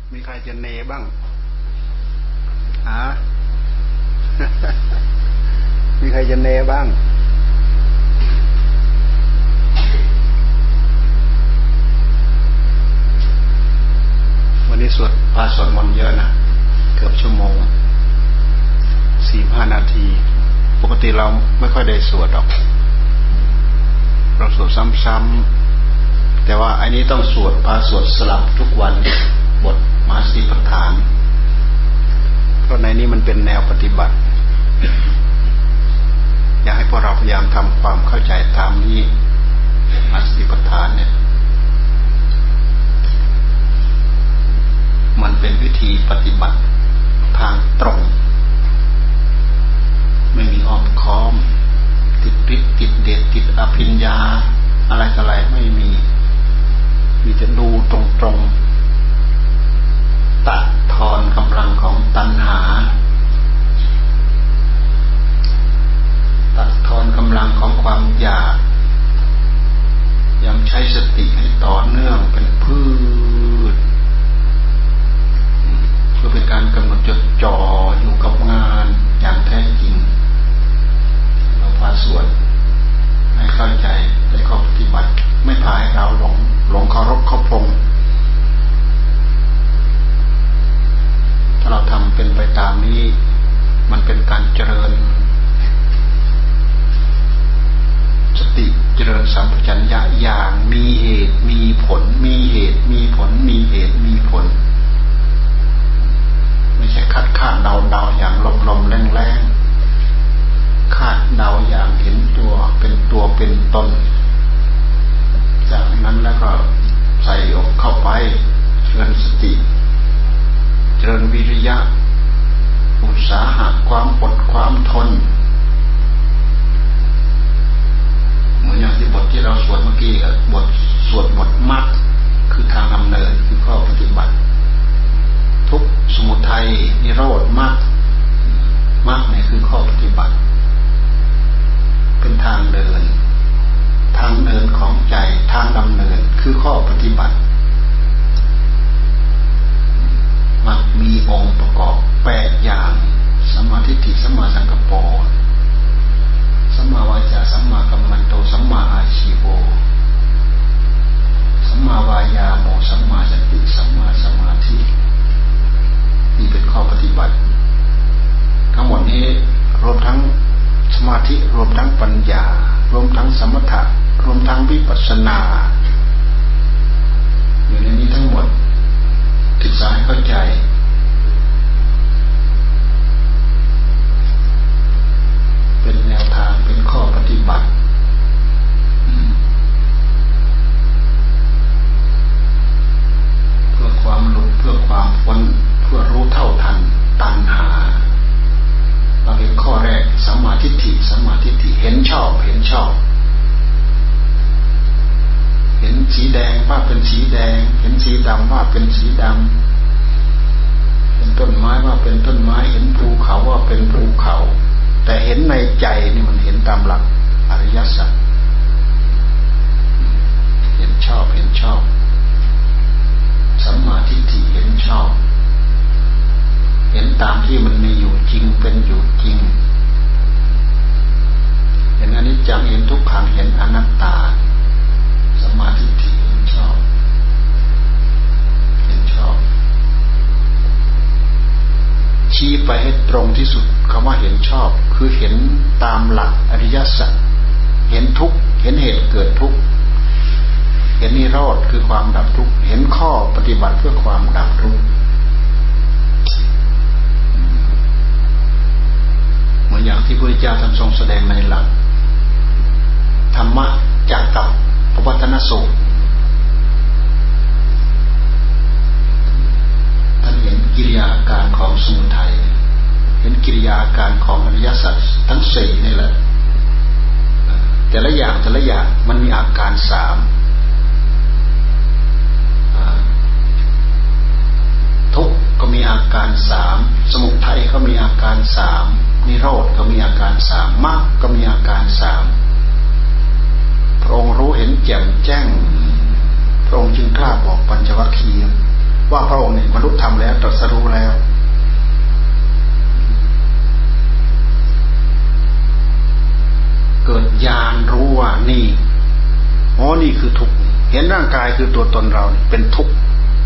มีใครจะเนบ้างฮะ มีใครจะเนบ้างวันนี้สวดมนต์เยอะนะเกือบชั่วโมง45 นาทีปกติเราไม่ค่อยได้สวดหรอกเราสวดซ้ำๆแต่ว่าอันนี้ต้องสวดสลับทุกวันบทมหาสติปัฏฐานเพราะในนี้มันเป็นแนวปฏิบัติอยากให้พวกเราพยายามทำความเข้าใจตามนี้มหาสติปัฏฐานเนี่ยมันเป็นวิธีปฏิบัติทางตรงไม่มีอ้อมค้อมติดฤทธิ์ติดเดชติดอภิญญาอะไรต่ออะไรไม่มีแต่ดูตรงๆตัดทอนกำลังของตัณหาตัดทอนกำลังของความอยากยังใช้สติให้ต่อเนื่องเป็นพืชเพื่อเป็นการกำหนดจดจ่ออยู่กับงานอย่างแท้จริงเราพาสวดให้เข้าใจในข้อปฏิบัติไม่พาให้เราหลงเคารพเคารพถ้าเราทำเป็นไปตามนี้มันเป็นการเจริญสติเจริญสัมปชัญญะอย่างมีเหตุมีผลมีเหตุมีผลมีเหตุมีผลไม่ใช่คาดเดาอย่างลมแรงคาดเดาอย่างเห็นตัวเป็นตนจากนั้นแล้วก็ใส่อกเข้าไปเจริญสติเจริญวิริยะอุตสาหะความอดความทนเหมือนอย่างที่บทที่เราสวดเมื่อกี้บทสวดบทมรรคคือทางดำเนินคือข้อปฏิบัติทุกข์สมุทัยนิโรธมรรคเนี่ยคือข้อปฏิบัติเป็นทางเดินของใจทางดำเนินคือข้อปฏิบัติมักมีองค์ประกอบ8อย่างสัมมาทิฏฐิสัมมาสังกัปปะสัมมาวาจาสัมมากัมมันโตสัมมาอาชีโวสัมมาวายาโมสัมมาสติสัมมาสมาธินี่เป็นข้อปฏิบัติทั้งหมดนี้รวมทั้งสมาธิรวมทั้งปัญญารวมทั้งสมถะรวมทั้งวิปัสสนาอยู่ในนี้ทั้งหมดศึกษาให้เข้าใจเป็นแนวทางเป็นข้อปฏิบัติเพื่อความหลุดเพื่อความพ้นเพื่อรู้เท่าทันตัณหาเราเห็นข้อแรกสัมมาทิฏฐิเห็นชอบเห็นสีแดงว่าเป็นสีแดงเห็นสีดำว่าเป็นสีดำเห็นต้นไม้ว่าเป็นต้นไม้เห็นภูเขาว่าเป็นภูเขาแต่เห็นในใจนี่มันเห็นตามหลักอริยสัจเห็นชอบสัมมาทิฏฐิเห็นชอบเห็นตามที่มันมีอยู่จริงเป็นอยู่จริงเห็นอนิจจังเห็นทุกขังเห็นอนัตตาสัมมาทิฏฐิเห็นชอบชี้ไปให้ตรงที่สุดคำว่าเห็นชอบคือเห็นตามหลักอริยสัจเห็นทุกข์เห็นเหตุเกิดทุกข์เห็นนิโรธคือความดับทุกข์เห็นข้อปฏิบัติเพื่อความดับทุกข์เหมือนอย่างที่พระพุทธเจ้าท่านทรงแสดงในหลักธรรมะจักกับปวัตตนสูตรท่านเห็นกิริยาอาการของสมุทัยเห็นกิริยาอาการของอริยสัจทั้ง4นี่แหละแต่ละอย่างมันมีอาการ3ทุกข์ก็มีอาการ3สมุทัยก็มีอาการ3นิโรธก็มีอาการ3มรรคก็มีอาการ3พระองค์รู้เห็นแจ่มแจ้งพระองค์จึงกล้าบอกปัญจวัคคีย์ว่าพระองค์นี่บรรลุธรรมแล้วตรัสรู้แล้วเกิดญาณรู้ว่านี่อ๋อนี่คือทุกข์เห็นร่างกายคือตัวตนเราเป็นทุกข์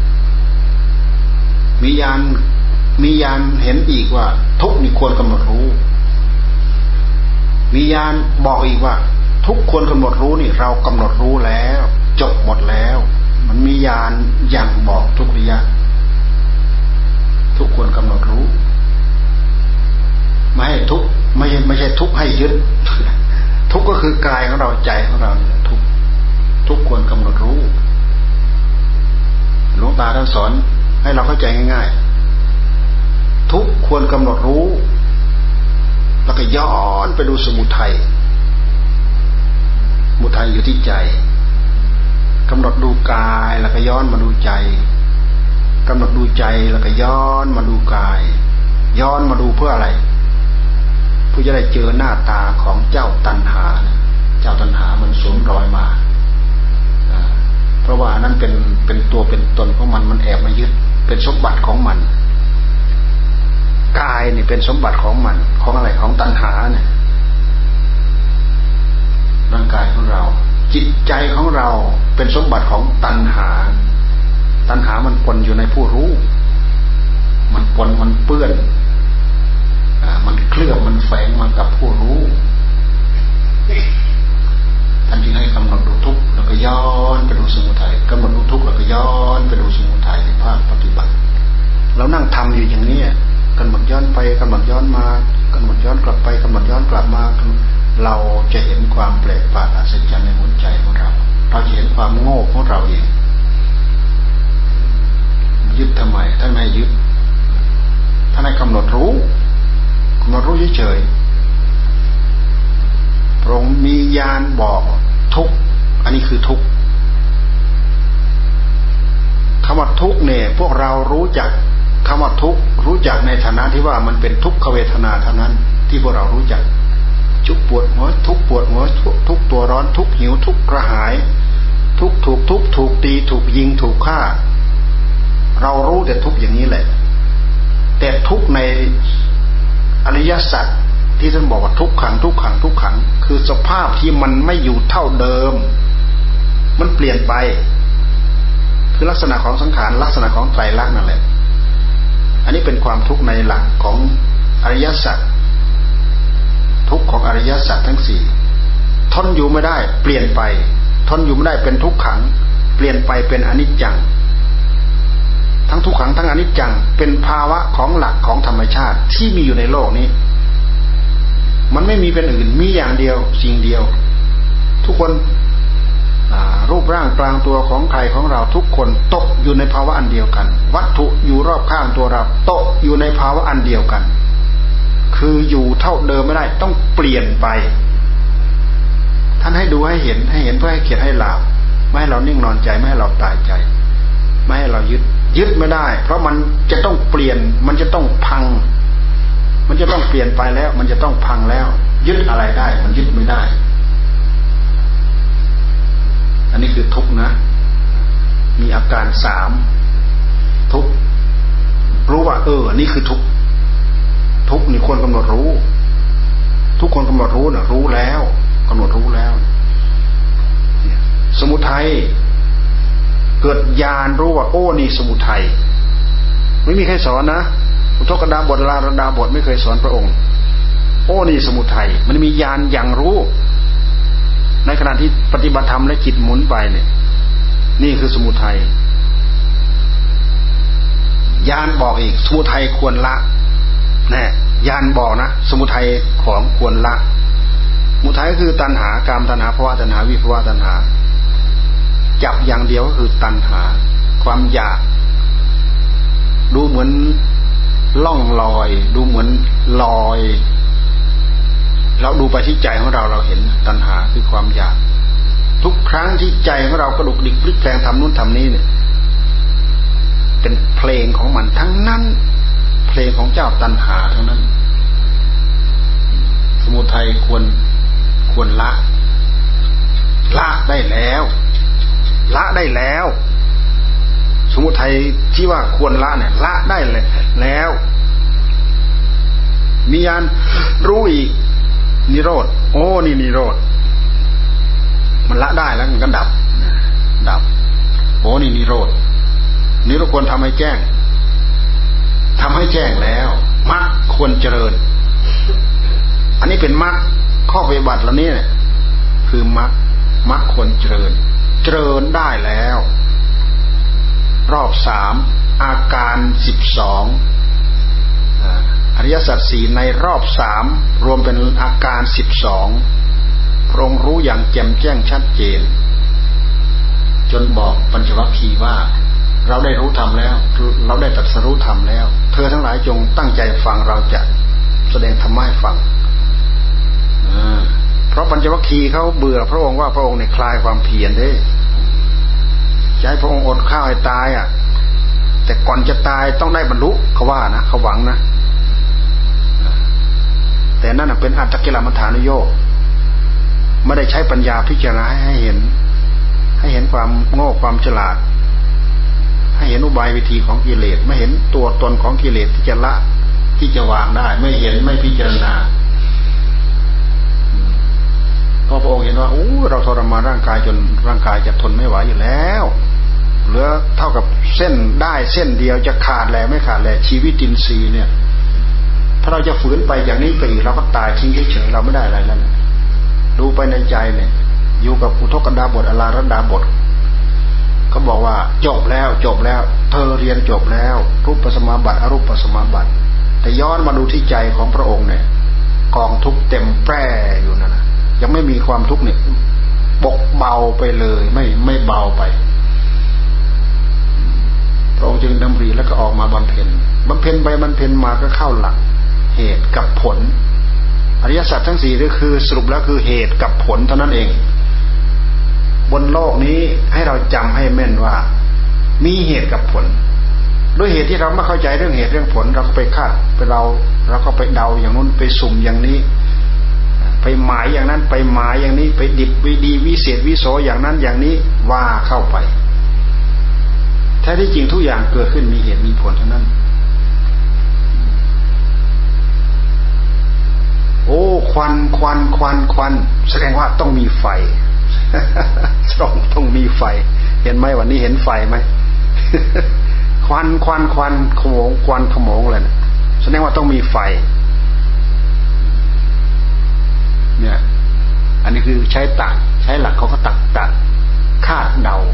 มีญาณเห็นอีกว่าทุกข์นี่ควรกำหนดรู้มีญาณบอกอีกว่าทุกควรกำหนดรู้นี่เรากำหนดรู้แล้วจบหมดแล้วมันมีญาณอย่างบอกทุกระยะทุกควรกำหนดรู้ไม่ให้ทุกไม่ใช่ทุกให้ยึดทุกก็คือกายของเราใจของเราเนี่ยทุกควรกำหนดรู้หลวงตาท่านสอนให้เราเข้าใจง่ายๆทุกควรกำหนดรู้แล้วก็ย้อนไปดูสมุทัยอยู่ที่ใจกำหนดดูกายแล้วก็ย้อนมาดูใจกำหนดดูใจแล้วก็ย้อนมาดูกายย้อนมาดูเพื่ออะไรเพื่อจะได้เจอหน้าตาของเจ้าตัณหาเจ้าตัณหามันสวมรอยมาเพราะว่านั้นเป็นตัวเป็นตนของมันแอบมายึดเป็นสมบัติของมันกายนี่เป็นสมบัติของมันของอะไรของตัณหาเนี่ยร่างกายของเราจิตใจของเราเป็นสมบัติของตัณหามันปนอยู่ในผู้รู้มันปนมันเปื้อนมันเคลือบมันแฝงมากับผู้รู้ท่านจึงให้กำหนดดูทุกข์แล้วก็ย้อนไปดูสมุทัยกำหนดดูทุกข์แล้วก็ย้อนไปดูสมุทัยในภาคปฏิบัติเรานั่งทำอยู่อย่างนี้กำหนดย้อนไปกำหนดย้อนมากำหนดย้อนกลับไปกำหนดย้อนกลับมาเราจะเห็นความแปลกประหลาดอัศจรรย์ในหัวใจของเราจะเห็นความโง่ของเราเองยึดทำไมท่านไม่ยึดท่านให้กำหนดรู้เฉยๆพระองค์มีญาณบอกทุกข์อันนี้คือทุกข์คำว่าทุกข์เนี่ยพวกเรารู้จักคำว่าทุกข์รู้จักในฐานะที่ว่ามันเป็นทุกขเวทนาเท่านั้นที่พวกเรารู้จักทุกปวดหัวทุกปวดหัวทุกตัวร้อนทุกหิวทุกกระหายทุกถูกทุบถูกตีถูกยิงถูกฆ่าเรารู้แต่ทุกอย่างนี้แหละแต่ทุกในอริยสัจที่ท่านบอกว่าทุกขังคือสภาพที่มันไม่อยู่เท่าเดิมมันเปลี่ยนไปคือลักษณะของสังขารลักษณะของไตรลักษณ์นั่นแหละอันนี้เป็นความทุกข์ในหลักของอริยสัจทุกข์ของอริยสัจทั้งสี่ทนอยู่ไม่ได้เปลี่ยนไปทนอยู่ไม่ได้เป็นทุกขังเปลี่ยนไปเป็นอนิจจังทั้งทุกขังทั้งอนิจจังเป็นภาวะของหลักของธรรมชาติที่มีอยู่ในโลกนี้มันไม่มีเป็นอื่นมีอย่างเดียวสิ่งเดียวทุกคนรูปร่างกลางตัวของใครของเราทุกคนตกอยู่ในภาวะอันเดียวกันวัตถุอยู่รอบข้างตัวเราตกอยู่ในภาวะอันเดียวกันคืออยู่เท่าเดิมไม่ได้ต้องเปลี่ยนไปท่านให้ดูให้เห็นเพื่อให้เกียรติให้ลาภไม่ให้เรานิ่งนอนใจไม่ให้เราตายใจไม่ให้เรายึดไม่ได้เพราะมันจะต้องเปลี่ยนมันจะต้องพังมันจะต้องเปลี่ยนไปแล้วมันจะต้องพังแล้วยึดอะไรได้มันยึดไม่ได้อันนี้คือทุกข์นะมีอาการ3ทุกข์รู้ว่านี่คือทุกข์นี่ควรกำหนดรู้ทุกคนกำหนดรู้นะรู้แล้วกำหนดรู้แล้วสมุทัยเกิดญาณรู้ว่านี่สมุทัยไม่มีใครสอนนะอุทกดาบทลาระดาบทไม่เคยสอนพระองค์นี่สมุทัยมันมีญาณอย่างรู้ในขณะที่ปฏิบัติธรรมและจิตหมุนไปเนี่ยนี่คือสมุทัยญาณบอกอีกสมุทัยควรละแน่ญาณบอกนะสมุทัยของควรละสมุทัยคือตัณหากามตัณหาภวตัณหาวิภวตัณหาจับอย่างเดียวก็คือตัณหาความอยากดูเหมือนล่องลอยดูเหมือนลอยเราดูไปที่ใจของเราเห็นตัณหาคือความอยากทุกครั้งที่ใจของเรากระดุกดิกพลิกแปลงทำนู่นทำนี้เนี่ยเป็นเพลงของมันทั้งนั้นเพลงของเจ้าตัณหาทั้งนั้นสมุทัยควรละได้แล้วสมุทัยที่ว่าควรละเนี่ยละได้เลยแล้วมีญาณรู้อีกนิโรธโอ้นี่นิโรธมันละได้แล้วมันก็ดับโอ้นี่นิโรธนี่เราควรทำให้แจ้งแล้วมรรคควรเจริญอันนี้เป็นมรรคข้อปฏิบัติเหล่านี้เนี่ยคือมรรคควรเจริญได้แล้วรอบ3อาการ12อริยสัจ4ในรอบ3รวมเป็นอาการ12พระองค์รู้อย่างแจ่มแจ้งชัดเจนจนบอกปัญจวัคคีย์ว่าเราได้รู้ธรรมแล้วเราได้ตรัสรู้ธรรมแล้วเธอทั้งหลายจงตั้งใจฟังเราจะแสดงธรรมะให้ฟังเพราะปัญจวัคคีย์เขาเบื่อพระองค์ว่าพระองค์เนี่ยคลายความเพียรได้จะให้พระองค์อดข้าวให้ตายอ่ะแต่ก่อนจะตายต้องได้บรรลุเขาว่านะเขาหวังนะแต่นั่นเป็นอัตตกิลมัฏฐานุโยคไม่ได้ใช้ปัญญาพิจารณาให้เห็นความโง่ความฉลาดให้เห็นอุบายวิธีของกิเลสไม่เห็นตัวตนของกิเลสที่จะละที่จะวางได้ไม่เห็นไม่พิจารณาก็พระองค์เห็นว่าเราทรมานร่างกายจนร่างกายจะทนไม่ไหวอยู่แล้วเหลือเท่ากับเส้นได้เส้นเดียวจะขาดแลไม่ขาดแลชีวิตอินทรีย์เนี่ยถ้าเราจะฝืนไปอย่างนี้ไปอีกเราก็ตายทิ้งเฉยๆเราไม่ได้อะไรแล้วดูไปในใจเนี่ยอยู่กับอุทกดาบทอลารัดดาบทเขาบอกว่าจบแล้วเธอเรียนจบแล้วรูปสมาบัติอรูปสมาบัติแต่ย้อนมาดูที่ใจของพระองค์เนี่ยกองทุกข์เต็มแปร่อยู่นั่นนะยังไม่มีความทุกข์เนี่ยบกเบาไปเลยไม่เบาไปพระองค์จึงดำริแล้วก็ออกมาบำเพ็ญไปบำเพ็ญมาก็เข้าหลักเหตุกับผลอริยสัจทั้ง4ก็คือสรุปแล้วคือเหตุกับผลเท่านั้นเองบนโลกนี้ให้เราจำให้แม่นว่ามีเหตุกับผลด้วยเหตุที่เราไม่เข้าใจเรื่องเหตุเรื่องผลเราก็ไปคาดไปเราก็ไปเดาอย่างนู้นไปสุ่มอย่างนี้ไปหมายอย่างนั้นไปหมายอย่างนี้ไปดิบไปดีวิเศษวิโสอย่างนั้นอย่างนี้ว่าเข้าไปแท้ที่จริงทุกอย่างเกิดขึ้นมีเหตุมีผลเท่านั้นโอ้ควันแสดงว่าต้องมีไฟต้องมีไฟเห็นไหมวันนี้เห็นไฟไหมควันขโมงควันขโมงเลยนะแสดงว่าต้องมีไฟเนี่ยอันนี้คือใช้หลักเขาก็ตักคาดเดา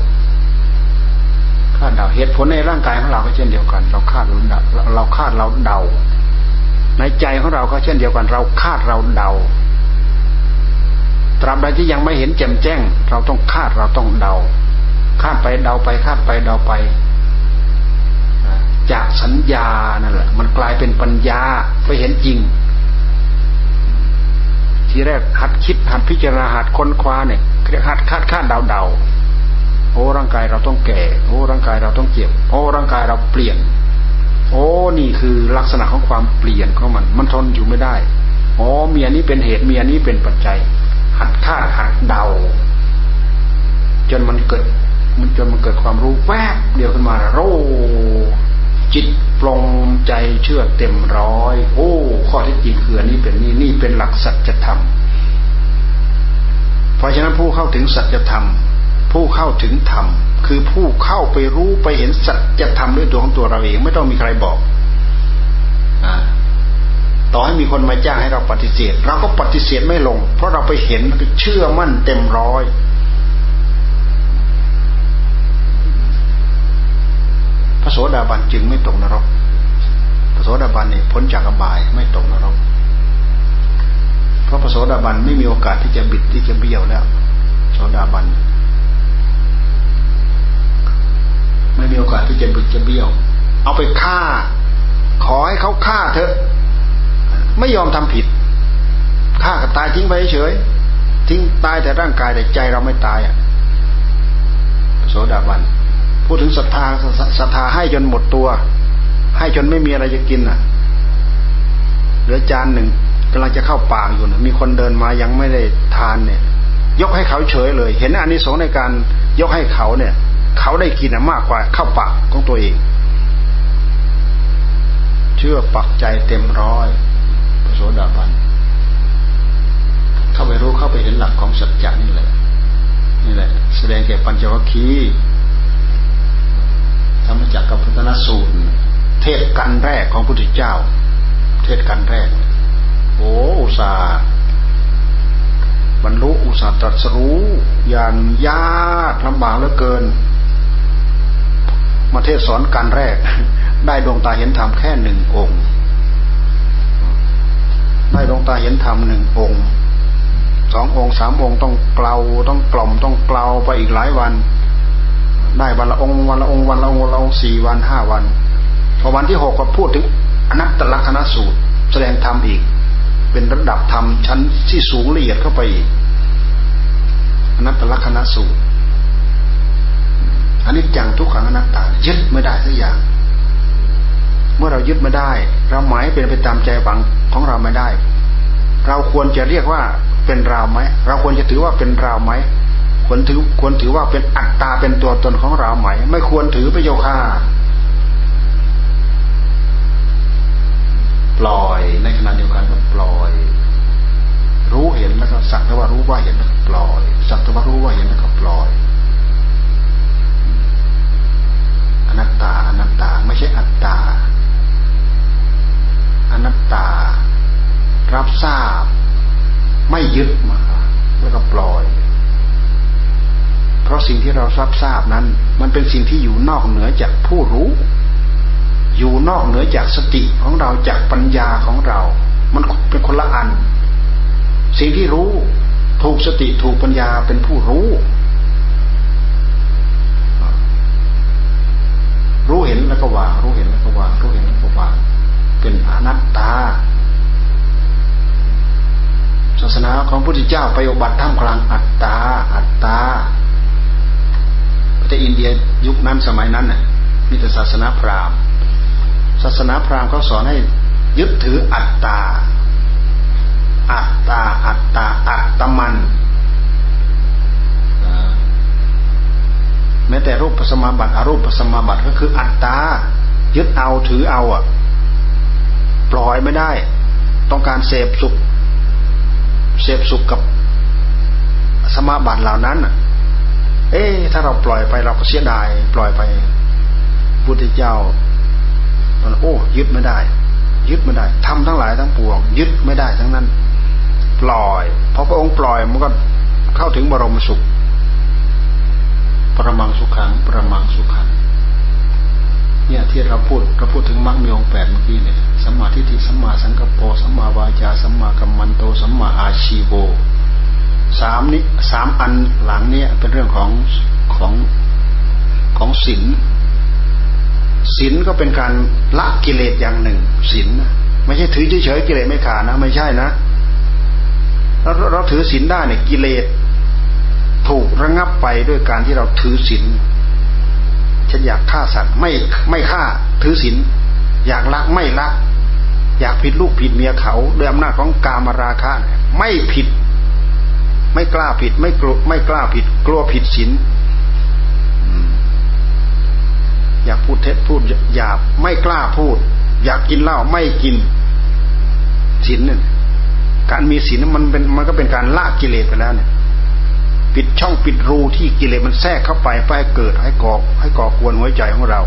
เหตุผลในร่างกายของเราก็เช่นเดียวกันเราคาดเราเดาในใจของเราก็เช่นเดียวกันเราคาดเราเดาตราบใดที่ยังไม่เห็นแจ่มแจ้งเราต้องคาดเราต้องเดาคาดไปเดาไปคาดไปเดาไปจากสัญญานั่นแหละมันกลายเป็นปัญญาไปเห็นจริงทีแรกหัดคิดหัดพิจารณาหัดค้นคว้าเนี่ยเรียกหัดคาดเดาโอ้ร่างกายเราต้องแก่โอ้ร่างกายเราต้องเจ็บโอ้ร่างกายเราเปลี่ยนโอ้นี่คือลักษณะของความเปลี่ยนของมันทนอยู่ไม่ได้อ๋อเมียนี้เป็นเหตุเมียนี้เป็นปัจจัยหัดคาดหัดเดาจนมันเกิดความรู้แวบเดียวขึ้นมาโร่จิตปลงใจเชื่อเต็มร้อยโอ้ข้อเท็จจริงคืออันนี้เป็นนี่เป็นหลักสัจธรรมเพราะฉะนั้นผู้เข้าถึงสัจธรรมผู้เข้าถึงธรรมคือผู้เข้าไปรู้ไปเห็นสัจธรรมด้วยตัวของตัวเราเองไม่ต้องมีใครบอกต่อให้มีคนมาจ้างให้เราปฏิเสธเราก็ปฏิเสธไม่ลงเพราะเราไปเห็นไปเชื่อมั่นเต็มร้อยพระโสดาบันจึงไม่ตกนรกพระโสดาบันเนี่ยพ้นจากอบายไม่ตกนรกเพราะพระโสดาบันไม่มีโอกาสที่จะบิดที่จะเบี้ยวแล้วโสดาบันไม่มีโอกาสที่จะบิดจะเบี้ยวเอาไปฆ่าขอให้เขาฆ่าเถอะไม่ยอมทำผิดฆ่ากับตายทิ้งไปเฉยทิ้งตายแต่ร่างกายแต่ใจเราไม่ตายโสดาบันพูดถึงศรัทธาให้จนหมดตัวให้จนไม่มีอะไรจะกินเหลือจานหนึ่งกำลังจะเข้าปากอยู่มีคนเดินมายังไม่ได้ทานเนี่ยยกให้เขาเฉยเลยเห็นอานิสงส์ในการยกให้เขาเนี่ยเขาได้กินมากกว่าเข้าปากของตัวเองเชื่อปักใจเต็มร้อยพระโสดาบันเข้าไปรู้เข้าไปเห็นหลักของสัจจะนี่แหละแสดงแก่ปัญจวัคคีย์ธรรมจักรกับพัฒนสูตรเทศกันแรกของพระพุทธเจ้าเทศกันแรกโอ้อุตส่าห์บรรลุอุตส่าห์ตรัสรู้อย่างยากลำบากเหลือเกินมาเทศสอนกันแรกได้ดวงตาเห็นธรรมแค่1 องค์ได้ดวงตาเห็นธรรม1 องค์2 องค์3 องค์ต้องเกลาต้องกล่อมต้องเกลาไปอีกหลายวันได้วันละองค์วันละองค์วันละองค์วันละองค์4 วัน5 วันพอวันที่6ก็พูดถึงอนัตตลักษณสูตรแสดงธรรมอีกเป็นระดับธรรมชั้นที่สูงละเอียดเข้าไปอีกอนัตตลักษณสูตรอนิจจังทุกขังอนัตตายึดไม่ได้สักอย่างเมื่อเรายึดไม่ได้เราหมายเป็นไปตามใจหวังของเราไม่ได้เราควรจะเรียกว่าเป็นเราไหมเราควรจะถือว่าเป็นเราไหมควรถือว่าเป็นอัตตาเป็นตัวตนของเราไหมไม่ควรถือไปโยค่าปล่อยในขณะเดียวกันก็ปล่อยรู้เห็นแล้วก็สักแต่ว่ารู้ว่าเห็นแล้วก็ปล่อยสักแต่ว่ารู้ว่าเห็นแล้วก็ปล่อยอนัตตาอนัตตาไม่ใช่อัตตาอนัตตารับทราบไม่ยึดมาแล้วก็ปล่อยเพราะสิ่งที่เรารับทราบนั้นมันเป็นสิ่งที่อยู่นอกเหนือจากผู้รู้อยู่นอกเหนือจากสติของเราจากปัญญาของเรามันเป็นคนละอันสิ่งที่รู้ถูกสติถูกปัญญาเป็นผู้รู้รู้เห็นแล้วก็วางรู้เห็นแล้วก็วางรู้เห็นแล้วก็วางเป็นอนัตตาศาสนาของพระพุทธเจ้าไปอุบัติท่ามกลางอัตตาอัตตาประเทศอินเดียยุคนั้นสมัยนั้นน่ะมีแต่ศาสนาพราหมณ์ศาสนาพราหมณ์เขาสอนให้ยึดถืออัตตาอัตตาอัตตาอัตตมันแม้แต่รูปสมาบัติอรูปสมาบัติก็คืออัตตายึดเอาถือเอาอ่ะปล่อยไม่ได้ต้องการเสพสุขกับสมาบัติเหล่านั้นน่ะถ้าเราปล่อยไปเราก็เสียดายปล่อยไปพุทธเจ้ายึดไม่ได้ทำทั้งหลายทั้งปวงยึดไม่ได้ทั้งนั้นปล่อยพอพระองค์ปล่อยมันก็เข้าถึงบรมสุขปรมังสุขังปรมังสุขังเนี่ยที่เราพูดถึงมรรคมีองค์8เมื่อกี้เนี่ยสัมมาทิฏฐิสัมมาสังกัปโปสัมมาวาจาสัมมากัมมันโตสัมมาอาชีโว3อันหลังเนี่ยเป็นเรื่องของศีลศีลก็เป็นการละกิเลสอย่างหนึ่งศีลไม่ใช่ถือเฉยๆกิเลสไม่ขาดนะไม่ใช่นะเราถือศีลได้เนี่ยกิเลสถูกระงับไปด้วยการที่เราถือศีลฉันอยากฆ่าสัตว์ไม่ฆ่าถือศีลอยากลักไม่ลักอยากผิดลูกผิดเมียเขาด้วยอำนาจของกามราคะไม่ผิดไม่กล้าผิดไม่กล้าผิดกลัวผิดศีลอยากพูดเท็จพูดหยาบไม่กล้าพูดอยากกินเหล้าไม่กินศีลเนี่ยการมีศีลมันก็เป็นการละกิเลสไปแล้วเนี่ยปิดช่องปิดรูที่กิเลสมันแทรกเข้าไปให้เกิดให้ก่อกวนหัวใจของเรา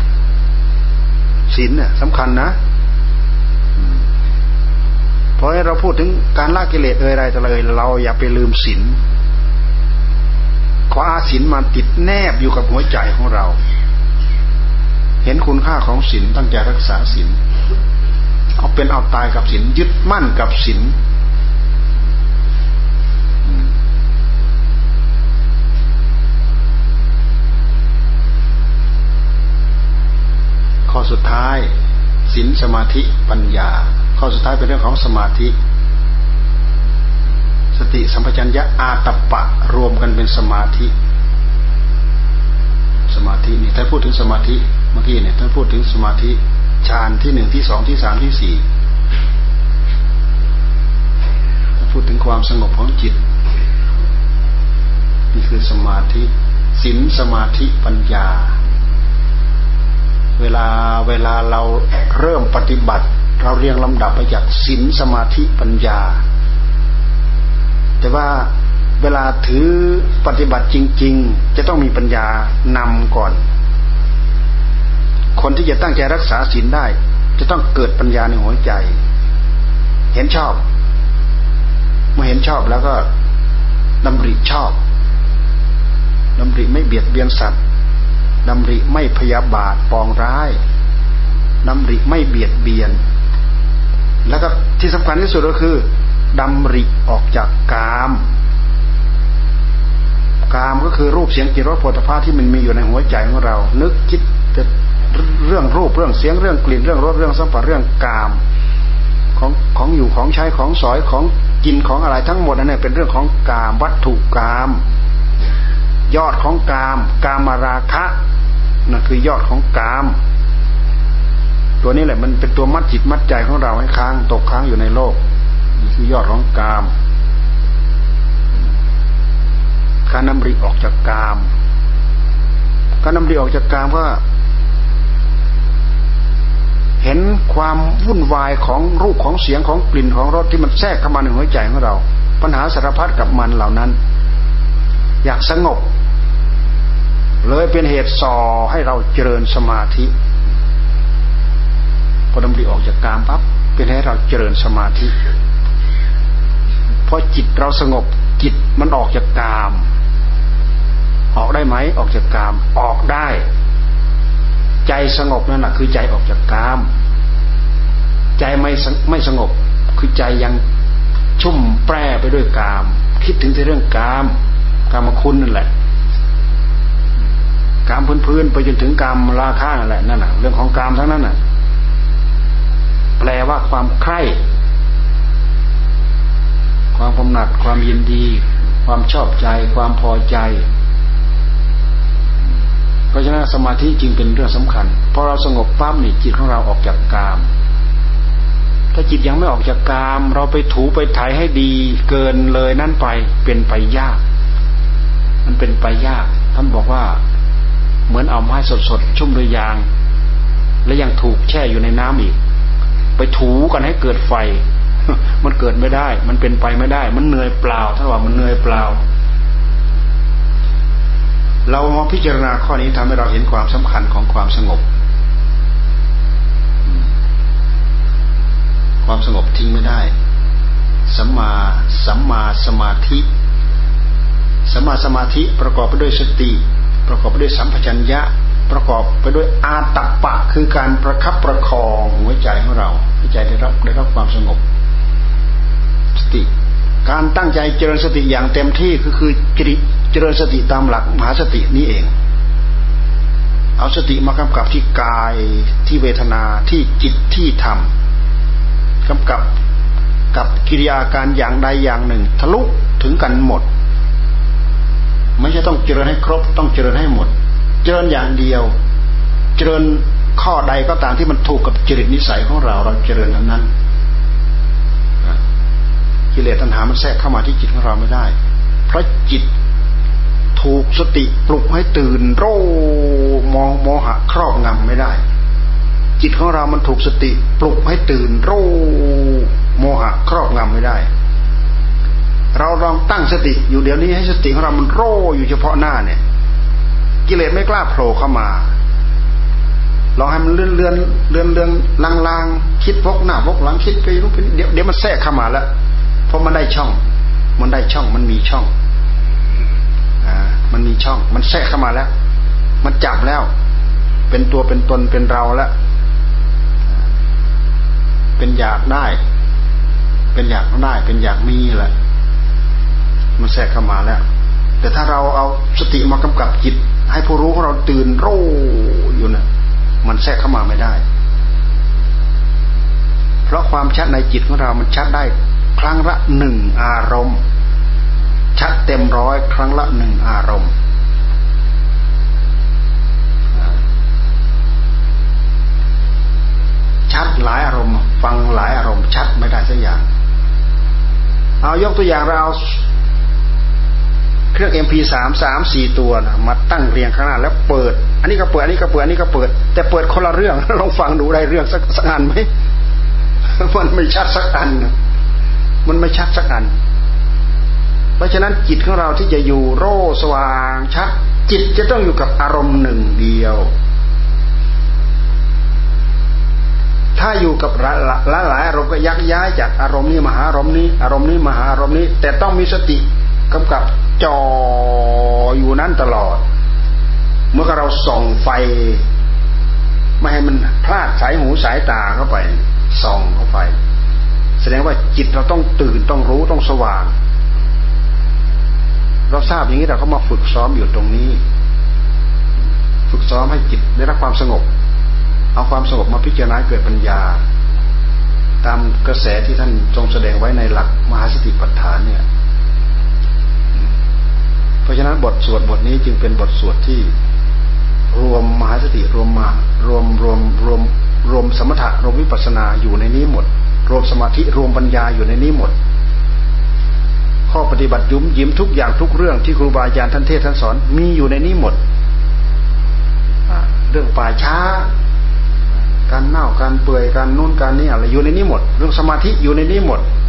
ศีลเนี่ยสำคัญนะเพราะให้เราพูดถึงการละกิเลสอะไรต่ออะไรเราอย่าไปลืมศีลขออาศีลมาติดแนบอยู่กับหัวใจของเราเห็นคุณค่าของศีลตั้งใจรักษาศีลเอาเป็นเอาตายกับศีลยึดมั่นกับศีลข้อสุดท้ายศีลสมาธิปัญญาข้อสุดท้ายเป็นเรื่องของสมาธิสติสัมปชัญญะอาตัปปะรวมกันเป็นสมาธินี่ท่านพูดถึงสมาธิเมื่อกี้เนี่ยท่านพูดถึงสมาธิฌานที่1ที่2ที่3ที่4ท่านพูดถึงความสงบของจิตนี่คือสมาธิศีลสมาธิปัญญาเวลาเราเริ่มปฏิบัติเราเรียงลำดับไปจากศีลสมาธิปัญญาแต่ว่าเวลาถือปฏิบัติจริงๆจะต้องมีปัญญานำก่อนคนที่จะตั้งใจรักษาศีลได้จะต้องเกิดปัญญาในหัวใจเห็นชอบเมื่อเห็นชอบแล้วก็ดำริชอบดำริไม่เบียดเบียนสัตว์ดำริไม่พยาบาทปองร้ายดำริไม่เบียดเบียนแล้วก็ที่สำคัญที่สุดก็คือดำริออกจากกามก็คือรูปเสียงกลิ่นรสโผฏฐัพพะที่มันมีอยู่ในหัวใจของเรานึกคิดแต่เรื่องรูปเรื่องเสียงเรื่องกลิ่นเรื่องรสเรื่องสัมผัสเรื่องกามของอยู่ของใช้ของสอยของกินของอะไรทั้งหมดนั่นเป็นเรื่องของกามวัตถุกามยอดของกามราคะนั่นคือยอดของกามตัวนี้แหละมันเป็นตัวมัดจิตมัดใจของเราให้ค้างตกค้างอยู่ในโลกนี่คือยอดของกามการนำริออกจากกามการนำริออกจากกามก็เห็นความวุ่นวายของรูปของเสียงของกลิ่นของรสที่มันแทรกเข้ามาในหัวใจของเราปัญหาสารพัดกับมันเหล่านั้นอยากสงบเลยเป็นเหตุส่อให้เราเจริญสมาธิพอดำริออกจากกามปั๊บเป็นให้เราเจริญสมาธิพอจิตเราสงบจิตมันออกจากกามออกได้ไหมออกจากกามออกได้ใจสงบนั่นแหละคือใจออกจากกามใจไม่สงบคือใจยังชุ่มแปรไปด้วยกามคิดถึงแต่เรื่องกามคุณนั่นแหละกามพื้นๆไปจนถึงกามราคะนั่นแหละนั่นน่ะเรื่องของกามทั้งนั้นน่ะแปลว่าความใคร่ความกำหนัดความยินดีความชอบใจความพอใจเพราะฉะนั้นสมาธิจึงเป็นเรื่องสำคัญพอเราสงบปั๊บนี่จิตของเราออกจากกามถ้าจิตยังไม่ออกจากกามเราไปถูไปไถให้ดีเกินเลยนั่นไปเป็นไปยากมันเป็นไปยากท่านบอกว่าเหมือนเอาไม้สดๆชุ่มด้วยยางและยังถูกแช่อยู่ในน้ำอีกไปถูกันให้เกิดไฟ มันเกิดไม่ได้มันเป็นไปไม่ได้มันเหนื่อยเปล่าถ้าว่ามันเหนื่อยเปล่าเรามาพิจารณาข้อนี้ทำให้เราเห็นความสำคัญของความสงบความสงบทิ้งไม่ได้สัมมาสมาธิสัมมาสมาธิประกอบไปด้วยสติประกอบไปด้วยสัมปชัญญะประกอบไปด้วยอาตัปปะคือการประคับประคองหัวใจของเราให้ใจได้รับความสงบสติการตั้งใจเจริญสติอย่างเต็มที่ก็คือเจริญสติตามหลักมหาสตินี้เองเอาสติมากำกับที่กายที่เวทนาที่จิตที่ธรรมกำกับกับกิริยาการอย่างใดอย่างหนึ่งทะลุถึงกันหมดไม่ใช่ต้องเจริญให้ครบต้องเจริญให้หมดเจริญอย่างเดียวเจริญข้อใดก็ตามที่มันถูกกับจริตนิสัยของเราเจริญทั้งนั้นกิเลสตัณหามันแทรกเข้ามาที่จิตของเราไม่ได้เพราะจิตถูกสติปลุกให้ตื่นโมหะครอบงำไม่ได้จิตของเรามันถูกสติปลุกให้ตื่นโมหะครอบงำไม่ได้เราลองตั้งสติอยู่เดี๋ยวนี้ให้สติของเรามันอยู่เฉพาะหน้าเนี่ยกิเลสไม่กล้าโผล่เข้ามาลองให้มันเลื่อนลางคิดวกหน้าวกหลังคิดไปรู้ไปเดี๋ยวมันแทรกเข้ามาแล้วเพราะมันได้ช่องมันมีช่องมันมีช่องมันแทรกเข้ามาแล้วมันจับแล้วเป็นตัวเป็นตนเป็นเราแล้วเป็นอยากได้เป็นอยากมีแหละมันแทรกเข้ามาแล้วแต่ถ้าเราเอาสติมากำกับจิตให้ผู้รู้ของเราตื่นอยู่นะมันแทรกเข้ามาไม่ได้เพราะความชัดในจิตของเรามันชัดได้ครั้งละ1อารมณ์ชัดเต็มร้อยครั้งละ1อารมณ์ชัดหลายอารมณ์ฟังหลายอารมณ์ชัดไม่ได้สักอย่างเอายกตัวอย่างเราเอาเครื่อง MP3 3-4 ตัวนะมาตั้งเรียงข้างหน้าแล้วเปิดอันนี้ก็เปิดอันนี้ก็เปิดอันนี้ก็เปิดแต่เปิดคนละเรื่องลองฟังดูได้เรื่องสักอันไหมมันไม่ชัดสักอันมันไม่ชัดสักอันเพราะฉะนั้นจิตของเราที่จะอยู่โร่สว่างชัดจิตจะต้องอยู่กับอารมณ์หนึ่งเดียวถ้าอยู่กับหลายอารมณ์ก็ยักย้ายจากอารมณ์นี้มาหาอารมณ์นี้อารมณ์นี้มาหาอารมณ์นี้แต่ต้องมีสติกำกับจ่ออยู่นั้นตลอดเมื่อเราส่องไฟไม่ให้มันพลาดสายหูสายตาเข้าไปส่องเข้าไปแสดงว่าจิตเราต้องตื่นต้องรู้ต้องสว่างเราทราบอย่างนี้เราก็มาฝึกซ้อมอยู่ตรงนี้ฝึกซ้อมให้จิตได้รับความสงบเอาความสงบมาพิจารณาเกิดปัญญาตามกระแสที่ท่านทรงแสดงไว้ในหลักมหาสติปัฏฐานเนี่ยเพราะฉะนั้นบทสวดบทนี้จึงเป็นบทสวดที่รวมมหาสติรวมสมถะรวมวิปัสสนาอยู่ในนี้หมดรวมสมาธิรวมปัญญาอยู่ในนี้หมดข้อปฏิบัติยุ่มยิ้มทุกอย่างทุกเรื่องที่ครูบาอาจารย์ท่านเทศท่านสอนมีอยู่ในนี้หมดเรื่องป่าช้าการเน่าการเปื่อยการนู่นการนี้อะไรอยู่ในนี้หมดเรื่องสมาธิอยู่ในนี้หมด